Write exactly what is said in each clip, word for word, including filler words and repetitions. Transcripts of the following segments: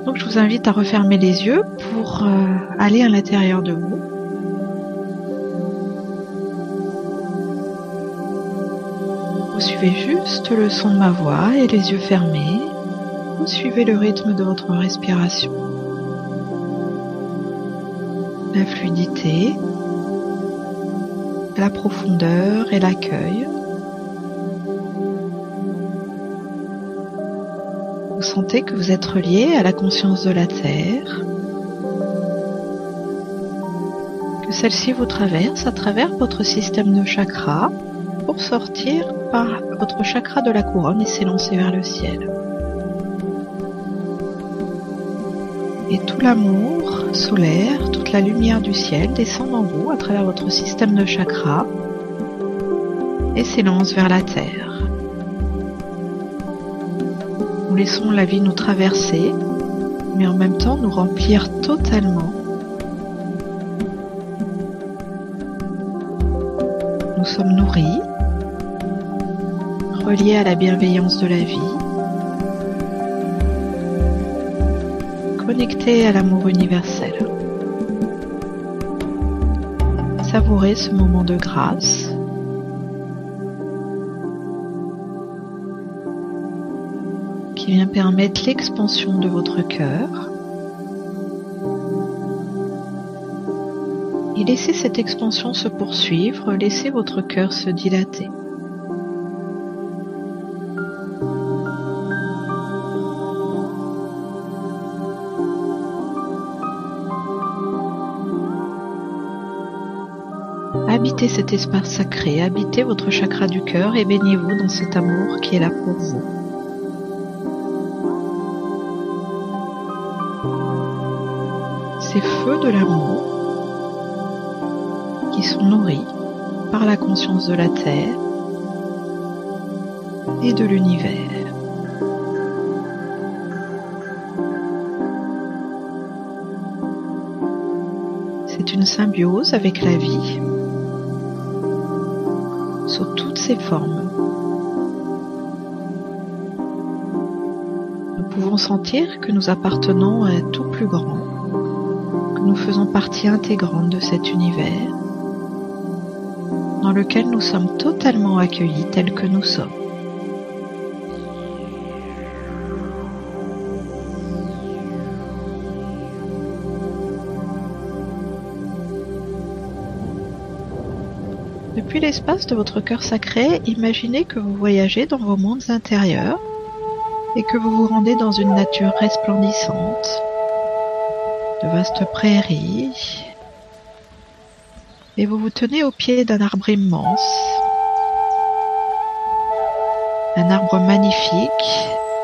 Donc je vous invite à refermer les yeux pour euh, aller à l'intérieur de vous. Vous suivez juste le son de ma voix et les yeux fermés. Vous suivez le rythme de votre respiration. La fluidité, la profondeur et l'accueil. Vous sentez que vous êtes relié à la conscience de la Terre, que celle-ci vous traverse à travers votre système de chakras pour sortir par votre chakra de la couronne et s'élancer vers le ciel. Et tout l'amour solaire, toute la lumière du ciel descend en vous à travers votre système de chakras et s'élance vers la Terre. Nous laissons la vie nous traverser, mais en même temps nous remplir totalement. Nous sommes nourris, reliés à la bienveillance de la vie, connectés à l'amour universel. Savourez ce moment de grâce. Qui vient permettre l'expansion de votre cœur. Et laissez cette expansion se poursuivre, laissez votre cœur se dilater. Habitez cet espace sacré, habitez votre chakra du cœur et baignez-vous dans cet amour qui est là pour vous. Ces feux de l'amour qui sont nourris par la conscience de la Terre et de l'univers. C'est une symbiose avec la vie sous toutes ses formes. Nous pouvons sentir que nous appartenons à un tout plus grand, que nous faisons partie intégrante de cet univers dans lequel nous sommes totalement accueillis tels que nous sommes. Depuis l'espace de votre cœur sacré, imaginez que vous voyagez dans vos mondes intérieurs et que vous vous rendez dans une nature resplendissante, de vastes prairies, et vous vous tenez au pied d'un arbre immense, un arbre magnifique,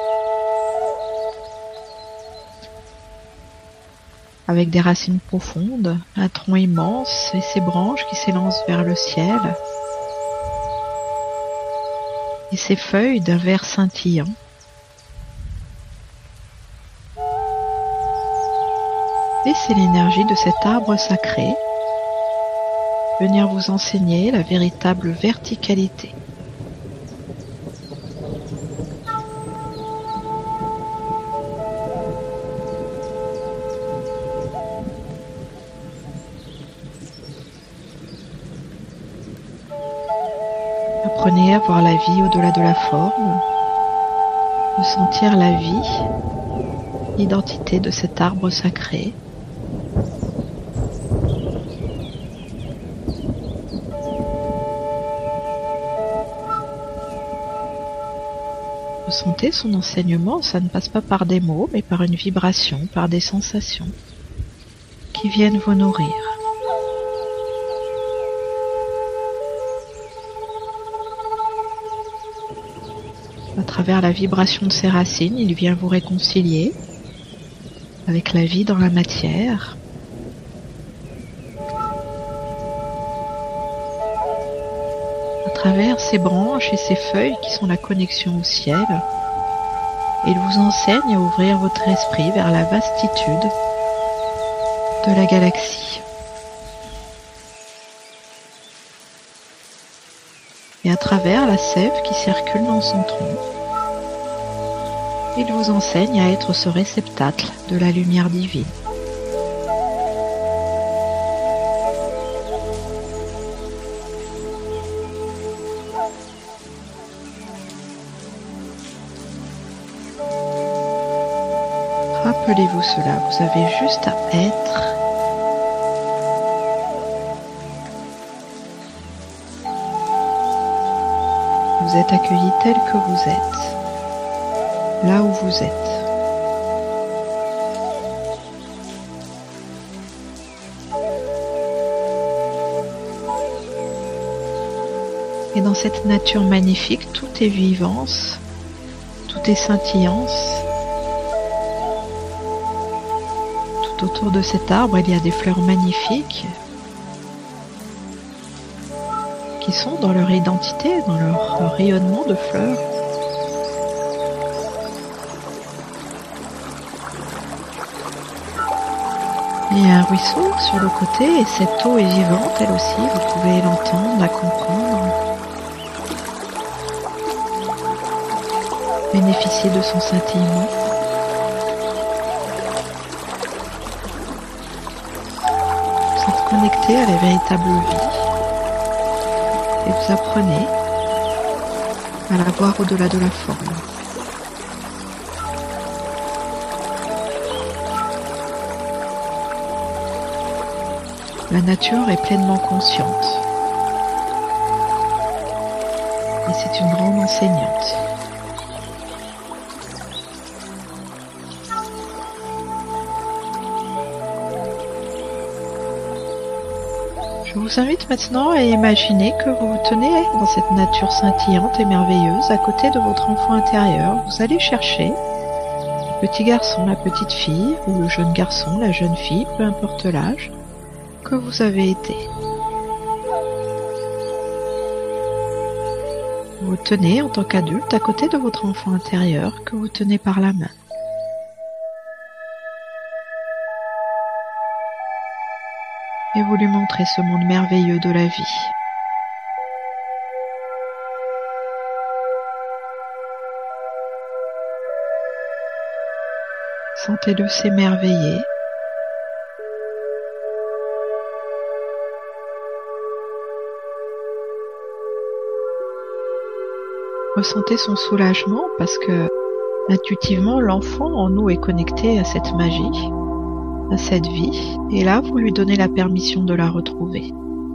avec des racines profondes, un tronc immense et ses branches qui s'élancent vers le ciel, et ses feuilles d'un vert scintillant. Laissez l'énergie de cet arbre sacré venir vous enseigner la véritable verticalité. Apprenez à voir la vie au-delà de la forme, de sentir la vie, l'identité de cet arbre sacré. Ressentez son enseignement, ça ne passe pas par des mots, mais par une vibration, par des sensations qui viennent vous nourrir. À travers la vibration de ses racines, il vient vous réconcilier avec la vie dans la matière. À travers ses branches et ses feuilles qui sont la connexion au ciel, il vous enseigne à ouvrir votre esprit vers la vastitude de la galaxie. Et à travers la sève qui circule dans son tronc, Il vous enseigne à être ce réceptacle de la lumière divine. Rappelez-vous cela, vous avez juste à être. Vous êtes accueilli tel que vous êtes, là où vous êtes. Et dans cette nature magnifique, tout est vivance, tout est scintillance. Tout autour de cet arbre, il y a des fleurs magnifiques qui sont dans leur identité, dans leur rayonnement de fleurs. Il y a un ruisseau sur le côté et cette eau est vivante, elle aussi, vous pouvez l'entendre, la comprendre. Bénéficier de son scintillement. Vous êtes connecté à la véritable vie. Et vous apprenez à la voir au-delà de la forme. La nature est pleinement consciente. Et c'est une grande enseignante. Je vous invite maintenant à imaginer que vous vous tenez dans cette nature scintillante et merveilleuse à côté de votre enfant intérieur. Vous allez chercher le petit garçon, la petite fille, ou le jeune garçon, la jeune fille, peu importe l'âge, que vous avez été. Vous vous tenez en tant qu'adulte à côté de votre enfant intérieur que vous tenez par la main. Et vous lui montrez ce monde merveilleux de la vie. Sentez-le s'émerveiller. Ressentez son soulagement parce que intuitivement l'enfant en nous est connecté à cette magie, à cette vie, et là vous lui donnez la permission de la retrouver.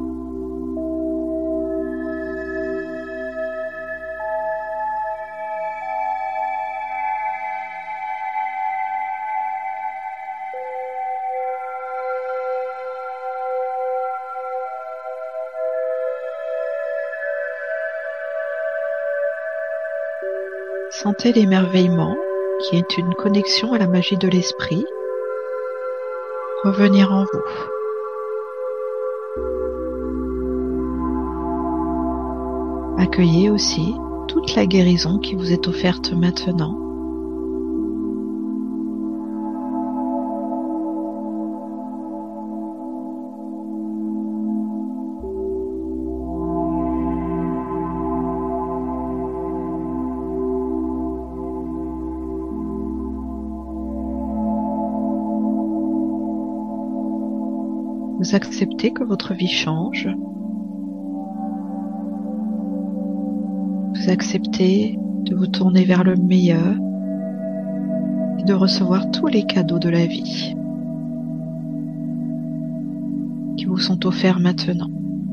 Sentez l'émerveillement, qui est une connexion à la magie de l'esprit, revenir en vous. Accueillez aussi toute la guérison qui vous est offerte maintenant. Vous acceptez que votre vie change. Vous acceptez de vous tourner vers le meilleur et de recevoir tous les cadeaux de la vie qui vous sont offerts maintenant.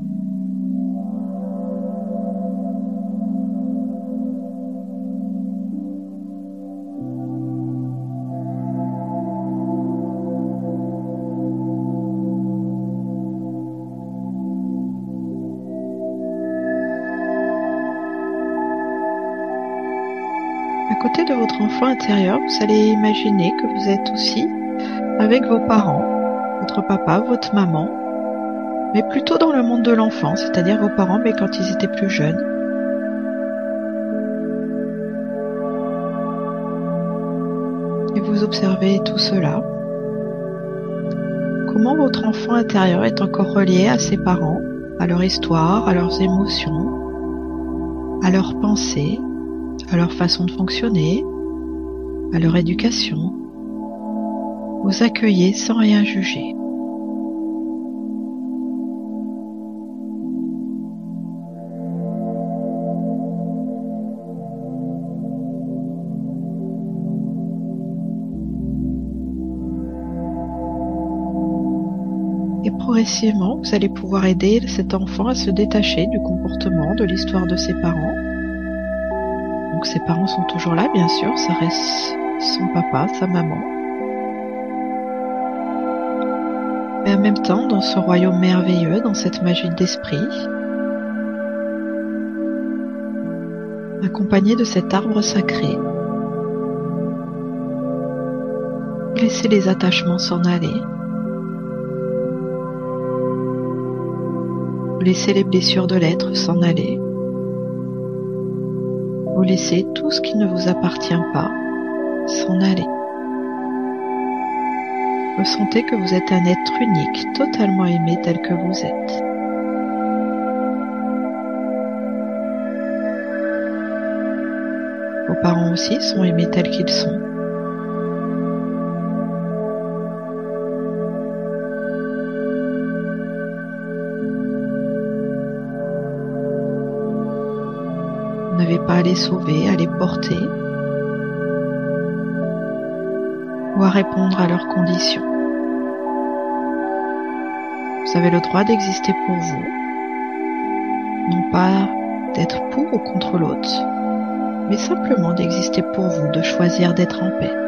À côté de votre enfant intérieur, vous allez imaginer que vous êtes aussi avec vos parents, votre papa, votre maman, mais plutôt dans le monde de l'enfant, c'est-à-dire vos parents, mais quand ils étaient plus jeunes. Et vous observez tout cela. Comment votre enfant intérieur est encore relié à ses parents, à leur histoire, à leurs émotions, à leurs pensées, à leur façon de fonctionner, à leur éducation, vous accueillez sans rien juger. Et progressivement, vous allez pouvoir aider cet enfant à se détacher du comportement, de l'histoire de ses parents. Donc ses parents sont toujours là, bien sûr, ça reste son papa, sa maman. Mais en même temps, dans ce royaume merveilleux, dans cette magie d'esprit, accompagné de cet arbre sacré, laissez les attachements s'en aller. Vous laissez les blessures de l'être s'en aller. Vous laissez tout ce qui ne vous appartient pas s'en aller. Ressentez que vous êtes un être unique, totalement aimé tel que vous êtes. Vos parents aussi sont aimés tels qu'ils sont. Vous n'avez pas à les sauver, à les porter ou à répondre à leurs conditions. Vous avez le droit d'exister pour vous, non pas d'être pour ou contre l'autre, mais simplement d'exister pour vous, de choisir d'être en paix.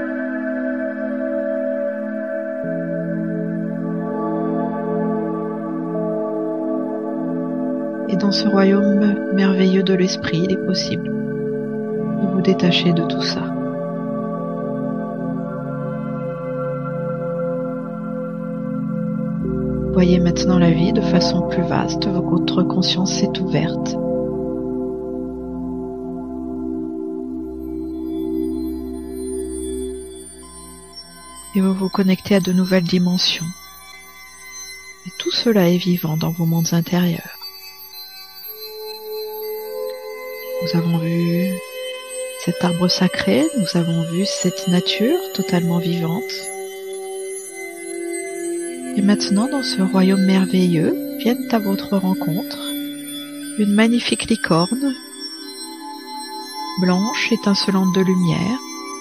Et dans ce royaume merveilleux de l'esprit, il est possible de vous détacher de tout ça. Voyez maintenant la vie de façon plus vaste, votre conscience s'est ouverte. Et vous vous connectez à de nouvelles dimensions. Et tout cela est vivant dans vos mondes intérieurs. Nous avons vu cet arbre sacré, nous avons vu cette nature totalement vivante. Et maintenant, dans ce royaume merveilleux, viennent à votre rencontre une magnifique licorne, blanche, étincelante de lumière.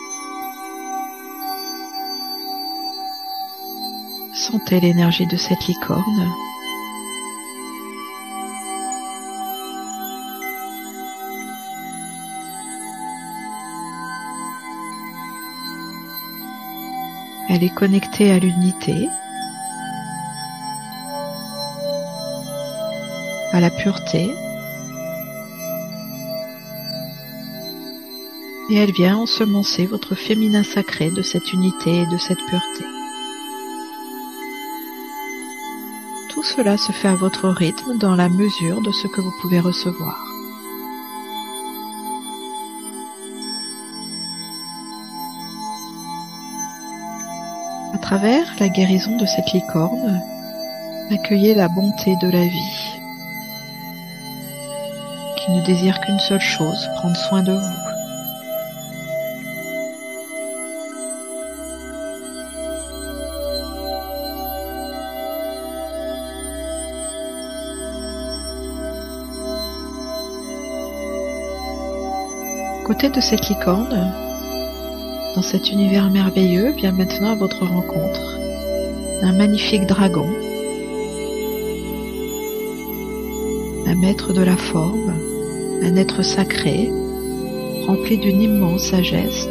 Sentez l'énergie de cette licorne. Elle est connectée à l'unité, à la pureté, et elle vient ensemencer votre féminin sacré de cette unité et de cette pureté. Tout cela se fait à votre rythme dans la mesure de ce que vous pouvez recevoir. À travers la guérison de cette licorne, accueillez la bonté de la vie, qui ne désire qu'une seule chose, prendre soin de vous. Côté de cette licorne, dans cet univers merveilleux, vient maintenant à votre rencontre un magnifique dragon, un maître de la forme, un être sacré, rempli d'une immense sagesse.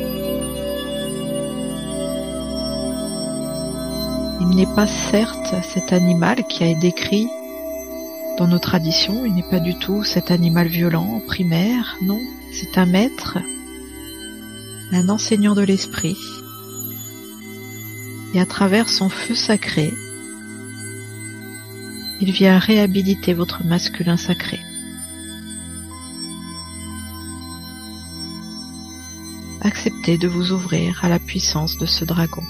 Il n'est pas certes cet animal qui est décrit dans nos traditions, il n'est pas du tout cet animal violent, primaire, non, c'est un maître, un enseignant de l'esprit, et à travers son feu sacré, il vient réhabiliter votre masculin sacré. Acceptez de vous ouvrir à la puissance de ce dragon.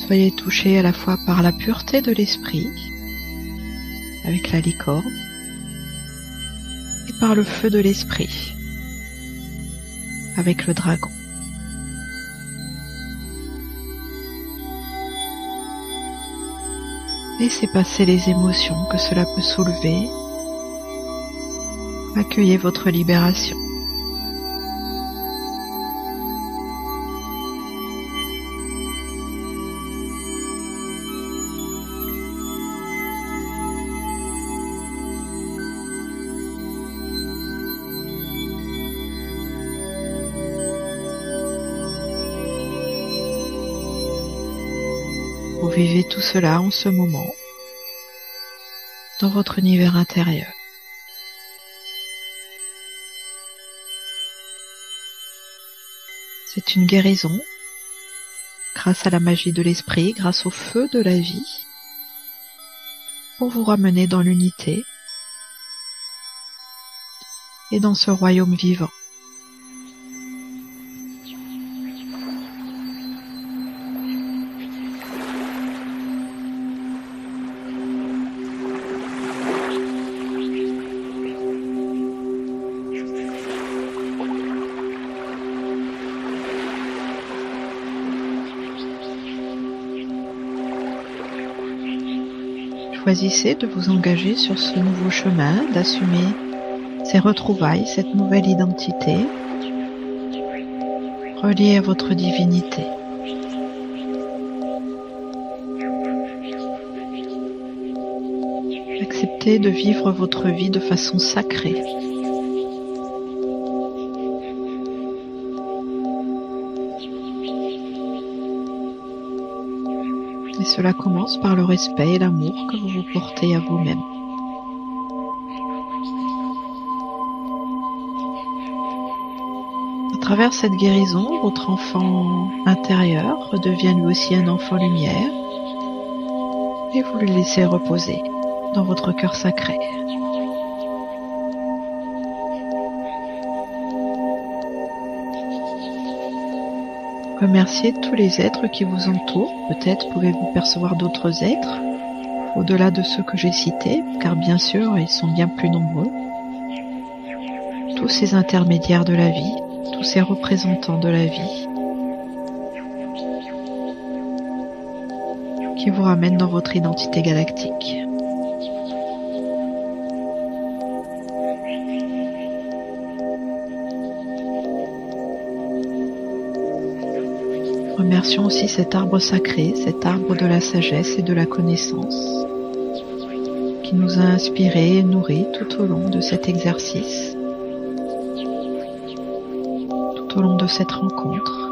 Soyez touchés à la fois par la pureté de l'esprit, avec la licorne, et par le feu de l'esprit, avec le dragon. Laissez passer les émotions que cela peut soulever. Accueillez votre libération. Vous vivez tout cela en ce moment, dans votre univers intérieur. C'est une guérison, grâce à la magie de l'esprit, grâce au feu de la vie, pour vous ramener dans l'unité et dans ce royaume vivant. Choisissez de vous engager sur ce nouveau chemin, d'assumer ces retrouvailles, cette nouvelle identité, reliée à votre divinité. Acceptez de vivre votre vie de façon sacrée. Et cela commence par le respect et l'amour que vous vous portez à vous-même. À travers cette guérison, votre enfant intérieur redevient lui aussi un enfant lumière et vous le laissez reposer dans votre cœur sacré. Remerciez tous les êtres qui vous entourent. Peut-être pouvez-vous percevoir d'autres êtres, au-delà de ceux que j'ai cités, car bien sûr, ils sont bien plus nombreux. Tous ces intermédiaires de la vie, tous ces représentants de la vie, qui vous ramènent dans votre identité galactique. Remercions aussi cet arbre sacré, cet arbre de la sagesse et de la connaissance, qui nous a inspirés et nourris tout au long de cet exercice, tout au long de cette rencontre.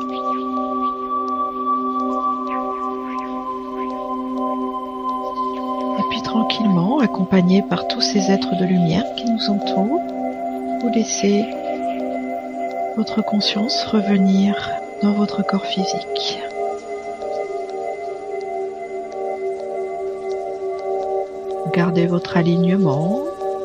Et puis tranquillement, accompagnés par tous ces êtres de lumière qui nous entourent, vous laissez votre conscience revenir dans votre corps physique. Gardez votre alignement,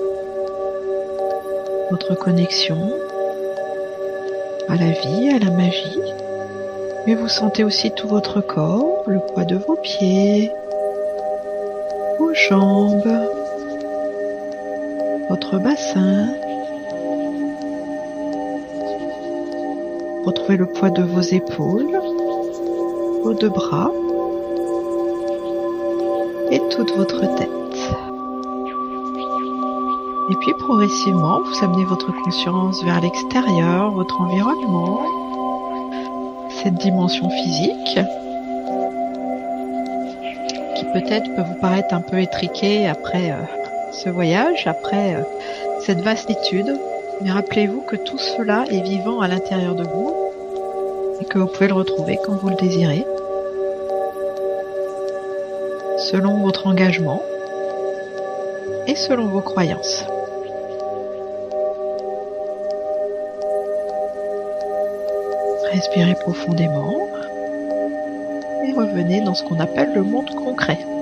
votre connexion à la vie, à la magie, mais vous sentez aussi tout votre corps, le poids de vos pieds, vos jambes, votre bassin. Retrouvez le poids de vos épaules, vos deux bras et toute votre tête. Et puis progressivement, vous amenez votre conscience vers l'extérieur, votre environnement, cette dimension physique qui peut-être peut vous paraître un peu étriquée après euh, ce voyage, après euh, cette vastitude. Mais rappelez-vous que tout cela est vivant à l'intérieur de vous et que vous pouvez le retrouver quand vous le désirez, selon votre engagement et selon vos croyances. Respirez profondément et revenez dans ce qu'on appelle le monde concret.